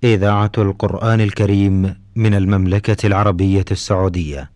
إذاعة القرآن الكريم من المملكة العربية السعودية.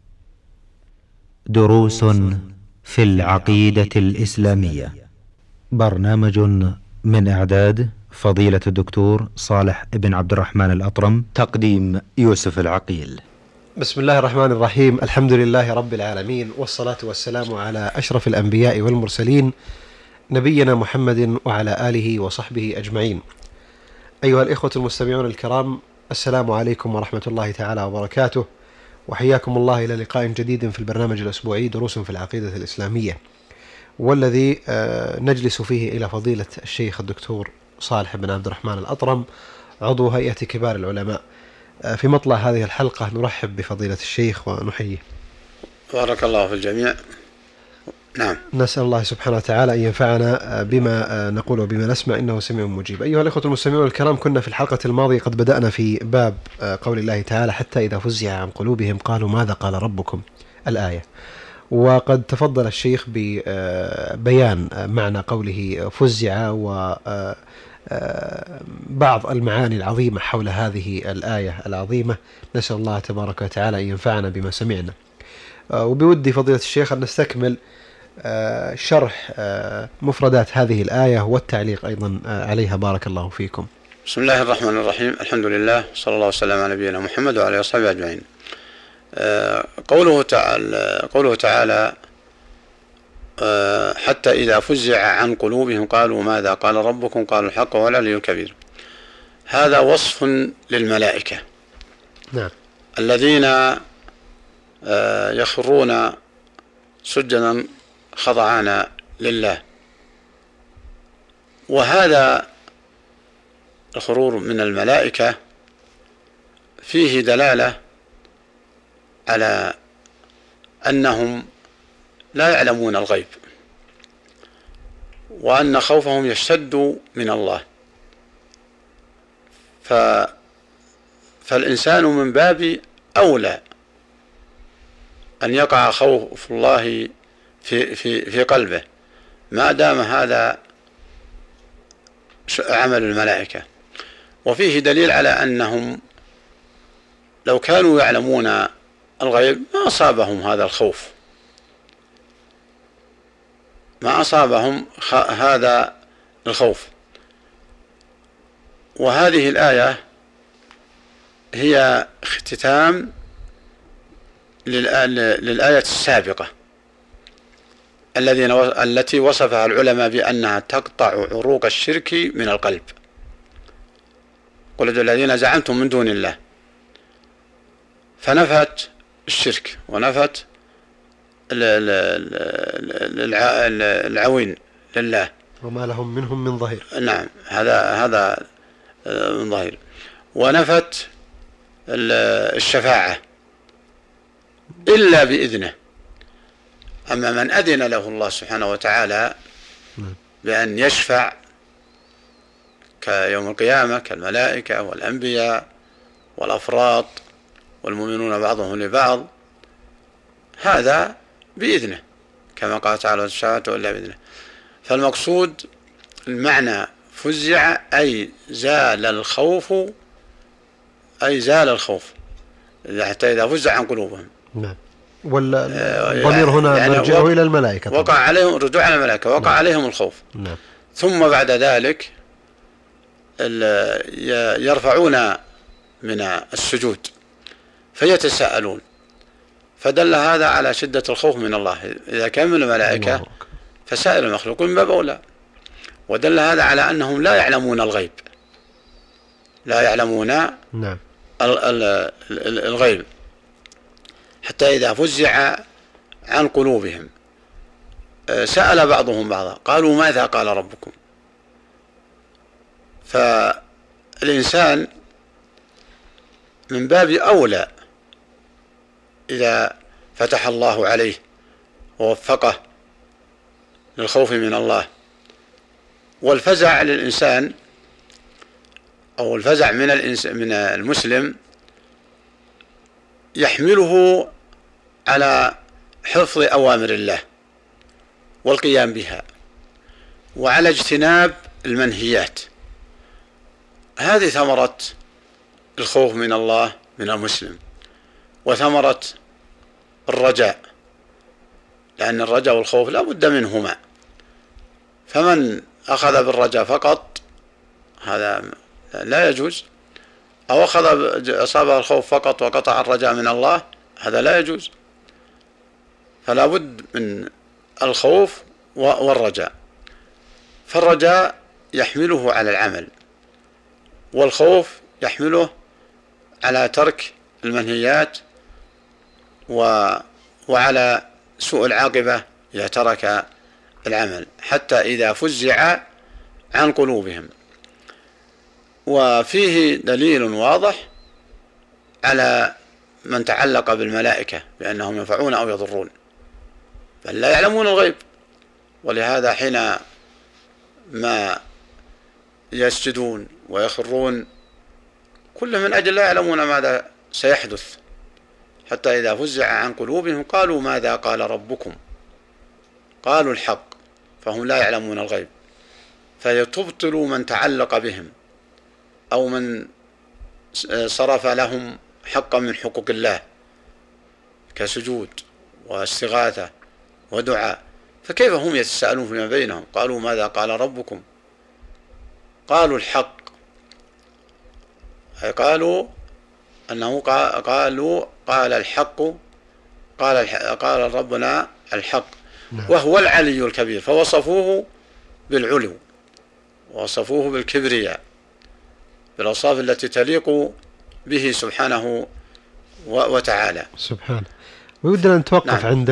دروس في العقيدة الإسلامية. برنامج من إعداد فضيلة الدكتور صالح بن عبد الرحمن الأطرم. تقديم يوسف العقيل. بسم الله الرحمن الرحيم. الحمد لله رب العالمين، والصلاة والسلام على أشرف الأنبياء والمرسلين، نبينا محمد وعلى آله وصحبه أجمعين. أيها الإخوة المستمعون الكرام، السلام عليكم ورحمة الله تعالى وبركاته، وحياكم الله إلى لقاء جديد في البرنامج الأسبوعي دروس في العقيدة الإسلامية، والذي نجلس فيه إلى فضيلة الشيخ الدكتور صالح بن عبد الرحمن الأطرم، عضو هيئة كبار العلماء. في مطلع هذه الحلقة نرحب بفضيلة الشيخ ونحييه. بارك الله في الجميع. نعم، نسأل الله سبحانه وتعالى أن ينفعنا بما نقول وبما نسمع، إنه سميع مجيب. أيها الأخوة المستمعون الكرام، كنا في الحلقة الماضية قد بدأنا في باب قول الله تعالى: حتى إذا فزع عن قلوبهم قالوا ماذا قال ربكم، الآية. وقد تفضل الشيخ ببيان معنى قوله فزع وبعض المعاني العظيمة حول هذه الآية العظيمة. نسأل الله تبارك وتعالى أن ينفعنا بما سمعنا. وبودي فضيلة الشيخ أن نستكمل شرح مفردات هذه الآية والتعليق أيضا عليها. بارك الله فيكم. بسم الله الرحمن الرحيم. الحمد لله، صلى الله وسلم على نبينا محمد وعلى آله وصحبه أجمعين. قوله تعالى حتى إذا فزع عن قلوبهم قالوا ماذا قال ربكم قالوا الحق وهو العلي الكبير. هذا وصف للملائكة. نعم. الذين يخرون سجدا خضعانا لله، وهذا الخرور من الملائكة فيه دلالة على أنهم لا يعلمون الغيب، وأن خوفهم يشتد من الله. فالإنسان من باب أولى أن يقع خوف الله في قلبه ما دام هذا عمل الملائكة. وفيه دليل على أنهم لو كانوا يعلمون الغيب ما أصابهم هذا الخوف، ما أصابهم هذا الخوف. وهذه الآية هي اختتام للآية السابقة التي وصفها العلماء بأنها تقطع عروق الشرك من القلب. قل ادعوا الذين زعمتم من دون الله، فنفت الشرك ونفت العوين لله، وما لهم منهم من ظهير. نعم، هذا من ظهير. ونفت الشفاعة إلا بإذنه. أما من أذن له الله سبحانه وتعالى بأن يشفع كيوم القيامة كالملائكة والأنبياء والأفراط والمؤمنون بعضهم لبعض، هذا بإذنه كما قال تعالى: الشفاعة إلا بإذنه. فالمقصود المعنى فزع أي زال الخوف، حتى إذا فزع عن قلوبهم. نعم. والضمير هنا يعني مرجعه إلى الملائكة. وقع عليهم الرجوع على الملائكة، وقع عليهم الخوف. نعم. ثم بعد ذلك يرفعون من السجود فيتساءلون، فدل هذا على شدة الخوف من الله. إذا كان من الملائكة فسائر المخلوقين من باب أولى. ودل هذا على أنهم لا يعلمون الغيب، لا يعلمون نعم الغيب. حتى إذا فزع عن قلوبهم سأل بعضهم بعضا قالوا ماذا قال ربكم. فالإنسان من باب أولى إذا فتح الله عليه ووفقه للخوف من الله. والفزع للإنسان أو الفزع من المسلم يحمله على حفظ أوامر الله والقيام بها، وعلى اجتناب المنهيات. هذه ثمرة الخوف من الله من المسلم، وثمرة الرجاء، لأن الرجاء والخوف لا بد منهما. فمن أخذ بالرجاء فقط هذا لا يجوز، أو أصابه الخوف فقط وقطع الرجاء من الله، هذا لا يجوز. فلا بد من الخوف والرجاء. فالرجاء يحمله على العمل، والخوف يحمله على ترك المنهيات وعلى سوء العاقبة إذا ترك العمل، حتى إذا فزع عن قلوبهم. وفيه دليل واضح على من تعلق بالملائكة بأنهم ينفعون أو يضرون، بل لا يعلمون الغيب. ولهذا حين ما يسجدون ويخرون كل من أجل لا يعلمون ماذا سيحدث، حتى إذا فزع عن قلوبهم قالوا ماذا قال ربكم، قالوا الحق، فهم لا يعلمون الغيب. فيتبطلوا من تعلق بهم أو من صرف لهم حقا من حقوق الله كسجود واستغاثة ودعاء. فكيف هم يتساءلون فيما بينهم؟ قالوا ماذا قال ربكم، قالوا الحق، أي قالوا أنه قال الحق، قال ربنا الحق، وهو العلي الكبير. فوصفوه بالعلو، ووصفوه بالكبرياء، بالأوصاف التي تليق به سبحانه وتعالى. سبحانه. ويودنا أن نتوقف عند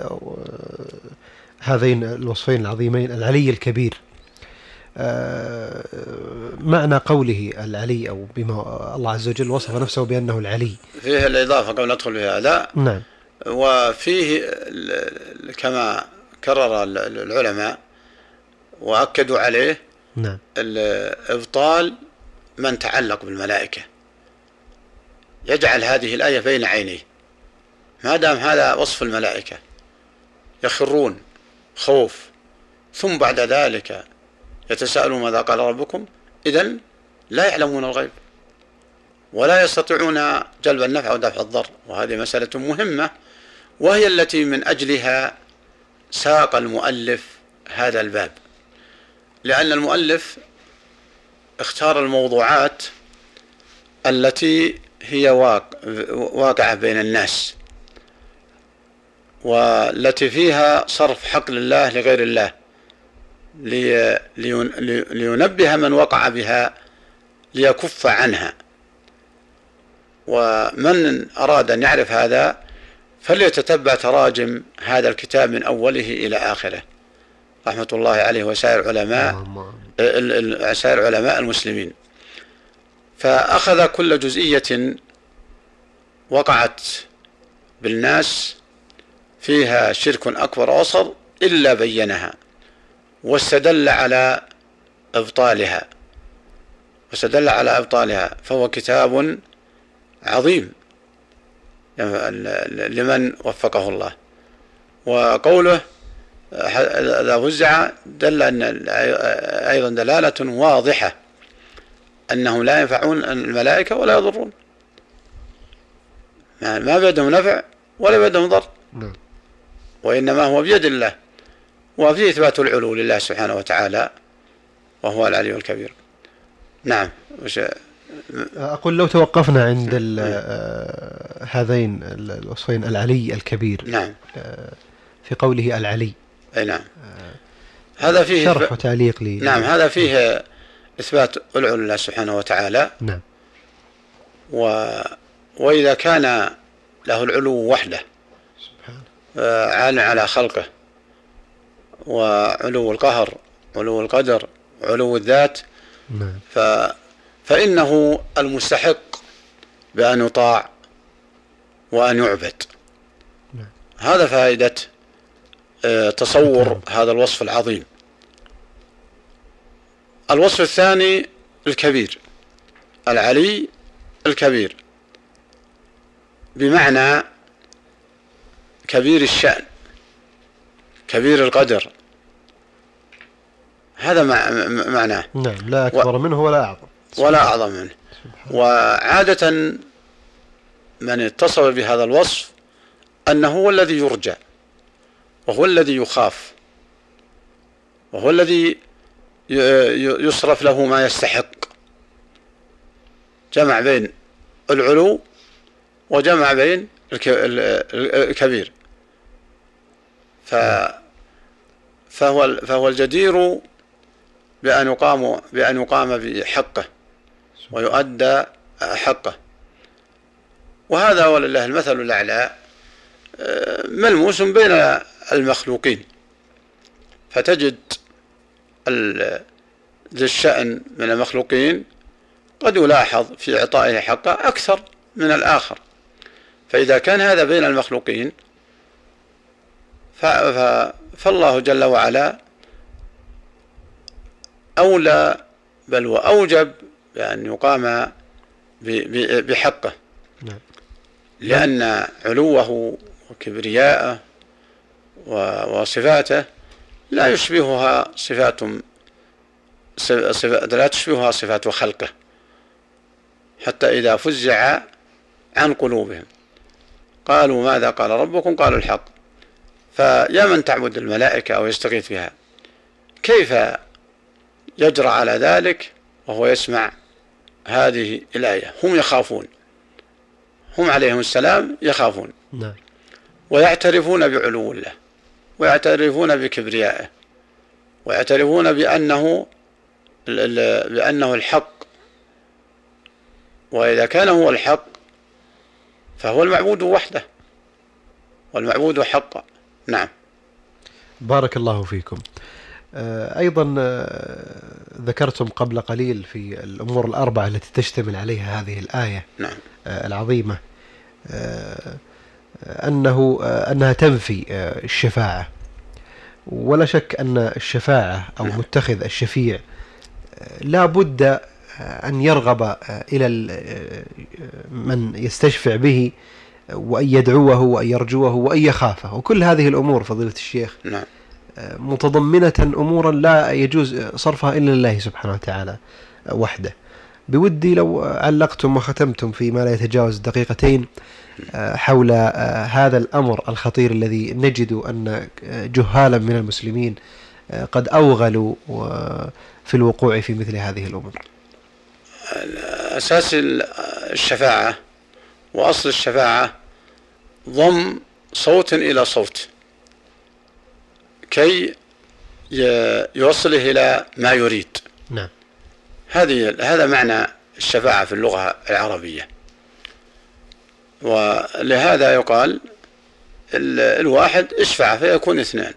هذين الوصفين العظيمين، العلي الكبير. معنى قوله العلي، أو بما الله عز وجل وصف نفسه بأنه العلي، فيه الإضافة قبل ندخل في هذا. نعم. وفيه كما كرر العلماء وأكدوا عليه، نعم، إبطال من تعلق بالملائكة، يجعل هذه الآية بين عينيه، ما دام هذا وصف الملائكة يخرون خوف، ثم بعد ذلك يتساءلون ماذا قال ربكم، إذن لا يعلمون الغيب ولا يستطيعون جلب النفع ودفع الضر. وهذه مسألة مهمة، وهي التي من أجلها ساق المؤلف هذا الباب، لأن المؤلف اختار الموضوعات التي هي واقعة بين الناس، والتي فيها صرف حق لله لغير الله، لينبه من وقع بها ليكف عنها. ومن أراد أن يعرف هذا فليتتبع تراجم هذا الكتاب من أوله إلى آخره، رحمة الله عليه وسائر علماء المسلمين. فأخذ كل جزئية وقعت بالناس فيها شرك أكبر وأصغر إلا بينها، واستدل على إبطالها، فهو كتاب عظيم لمن وفقه الله. وقوله إذا فزع دل أن أيضا دلالة واضحة أنهم لا ينفعون الملائكة ولا يضرون، ما بيدهم نفع ولا بيدهم ضر، وإنما هو بيد الله. وفيه إثبات العلو لله سبحانه وتعالى، وهو العلي الكبير. نعم. أقول لو توقفنا عند هذين الوصفين، العلي الكبير، نعم، في قوله العلي، أي نعم، هذا فيه شرح وتعليق لي. نعم، هذا فيه إثبات العلو لله سبحانه وتعالى. نعم. وإذا كان له العلو وحده عال على خلقه، وعلو القهر، علو القدر، علو الذات، نعم، فإنه المستحق بأن يطاع وأن يعبد. نعم. هذا فائدة تصور هذا الوصف العظيم. الوصف الثاني الكبير، العلي الكبير، بمعنى كبير الشأن، كبير القدر، هذا معناه. نعم، لا أكبر منه ولا أعظم. ولا أعظم منه. وعادة من اتصف بهذا الوصف أنه هو الذي يرجى وهو الذي يخاف وهو الذي يصرف له ما يستحق، جمع بين العلو وجمع بين الكبير. فهو الجدير بأن يقام بحقه ويؤدى حقه. وهذا ولله المثل الأعلى ملموس بين المخلوقين، فتجد ذي الشأن من المخلوقين قد يلاحظ في إعطائه حقه أكثر من الآخر. فإذا كان هذا بين المخلوقين فالله جل وعلا أولى بل وأوجب بأن يقام بحقه، لأن علوه وكبرياءه وصفاته لا يشبهها صفات خلقه، حتى إذا فزع عن قلوبهم قالوا ماذا قال ربكم؟ قالوا الحق. فيا من تعبد الملائكة أو يستغيث بها، كيف يجرى على ذلك وهو يسمع هذه الآية؟ هم يخافون، هم عليهم السلام يخافون ويعترفون بعلو الله ويعترفون بكبريائه ويعترفون بأنه الحق، وإذا كان هو الحق فهو المعبود وحده والمعبود حقا. نعم. بارك الله فيكم. أيضا ذكرتم قبل قليل في الأمور الأربعة التي تشتمل عليها هذه الآية العظيمة أنها تنفي الشفاعة، ولا شك أن الشفاعة أو متخذ الشفيع لا بد أن يرغب إلى من يستشفع به وأن يدعوه وأن يرجوه وأن يخافه، وكل هذه الأمور فضيلة الشيخ متضمنة أمورا لا يجوز صرفها إلا لله سبحانه وتعالى وحده. بودي لو علقتم وختمتم فيما لا يتجاوز دقيقتين حول هذا الأمر الخطير الذي نجد أن جهالا من المسلمين قد أوغلوا في الوقوع في مثل هذه الأمور. أساس الشفاعة وأصل الشفاعة ضم صوت إلى صوت كي يوصله إلى ما يريد. نعم. هذا معنى الشفاعة في اللغة العربية. ولهذا يقال الواحد اشفع فيكون اثنان،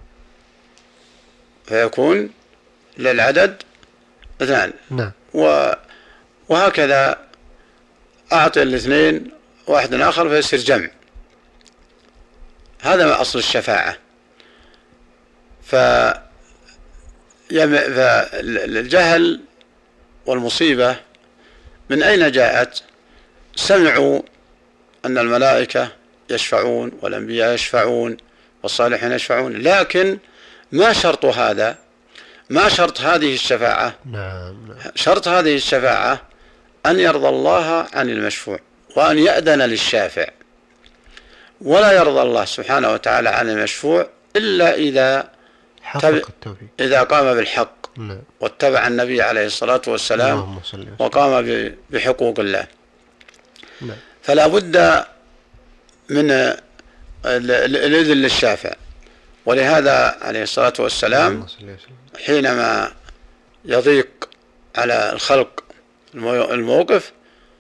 فيكون للعدد اثنان. نعم. وهكذا أعطي الاثنين واحد آخر فيصير جمع. هذا ما أصل الشفاعة. فالجهل والمصيبة من أين جاءت؟ سمعوا أن الملائكة يشفعون والأنبياء يشفعون والصالحين يشفعون، لكن ما شرط هذا؟ ما شرط هذه الشفاعة؟ شرط هذه الشفاعة أن يرضى الله عن المشفوع وأن يأذن للشافع، ولا يرضى الله سبحانه وتعالى عن المشفوع إلا إذا قام بالحق واتبع النبي عليه الصلاة والسلام وقام بحقوق الله. فلا بد من الإذن للشافع. ولهذا عليه الصلاة والسلام حينما يضيق على الخلق الموقف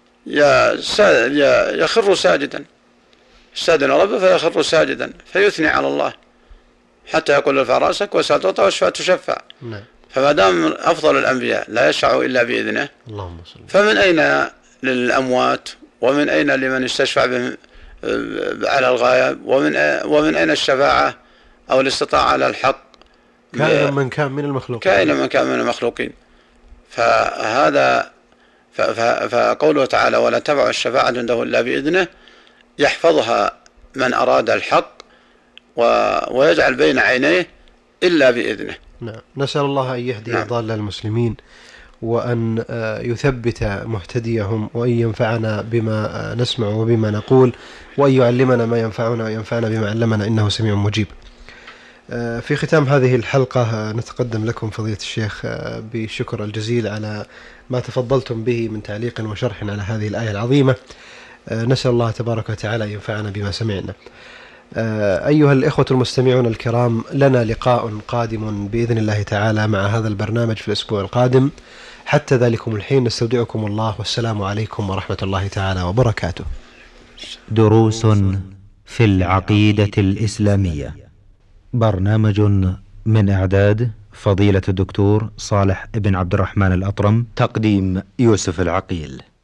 يخر ساجدا، استأذن ربه فيخر ساجدا فيثني على الله حتى يقول ارفع رأسك واسأل تعطى واشفع تشفع. فما دام أفضل الأنبياء لا يشفع إلا بإذنه، فمن أين للأموات ومن أين لمن يستشفع بهم على الغاية ومن أين الشفاعة أو الاستطاعة على الحق كائنا من كان من المخلوقين. فهذا فقوله تعالى ولا تبع الشفاعة عنده إلا بإذنه يحفظها من أراد الحق ويجعل بين عينيه إلا بإذنه. نعم. نسأل الله أن يهدي ضال المسلمين وأن يثبت مهتديهم، وأن ينفعنا بما نسمع وبما نقول، وأن يعلمنا ما ينفعنا وينفعنا بما علمنا، إنه سميع مجيب. في ختام هذه الحلقة نتقدم لكم فضيلة الشيخ بالشكر الجزيل على ما تفضلتم به من تعليق وشرح على هذه الآية العظيمة. نسأل الله تبارك وتعالى أن ينفعنا بما سمعنا. أيها الإخوة المستمعون الكرام، لنا لقاء قادم بإذن الله تعالى مع هذا البرنامج في الأسبوع القادم. حتى ذلكم الحين نستودعكم الله، والسلام عليكم ورحمة الله تعالى وبركاته. دروس في العقيدة الإسلامية، برنامج من إعداد فضيلة الدكتور صالح بن عبد الرحمن الأطرم، تقديم يوسف العقيل.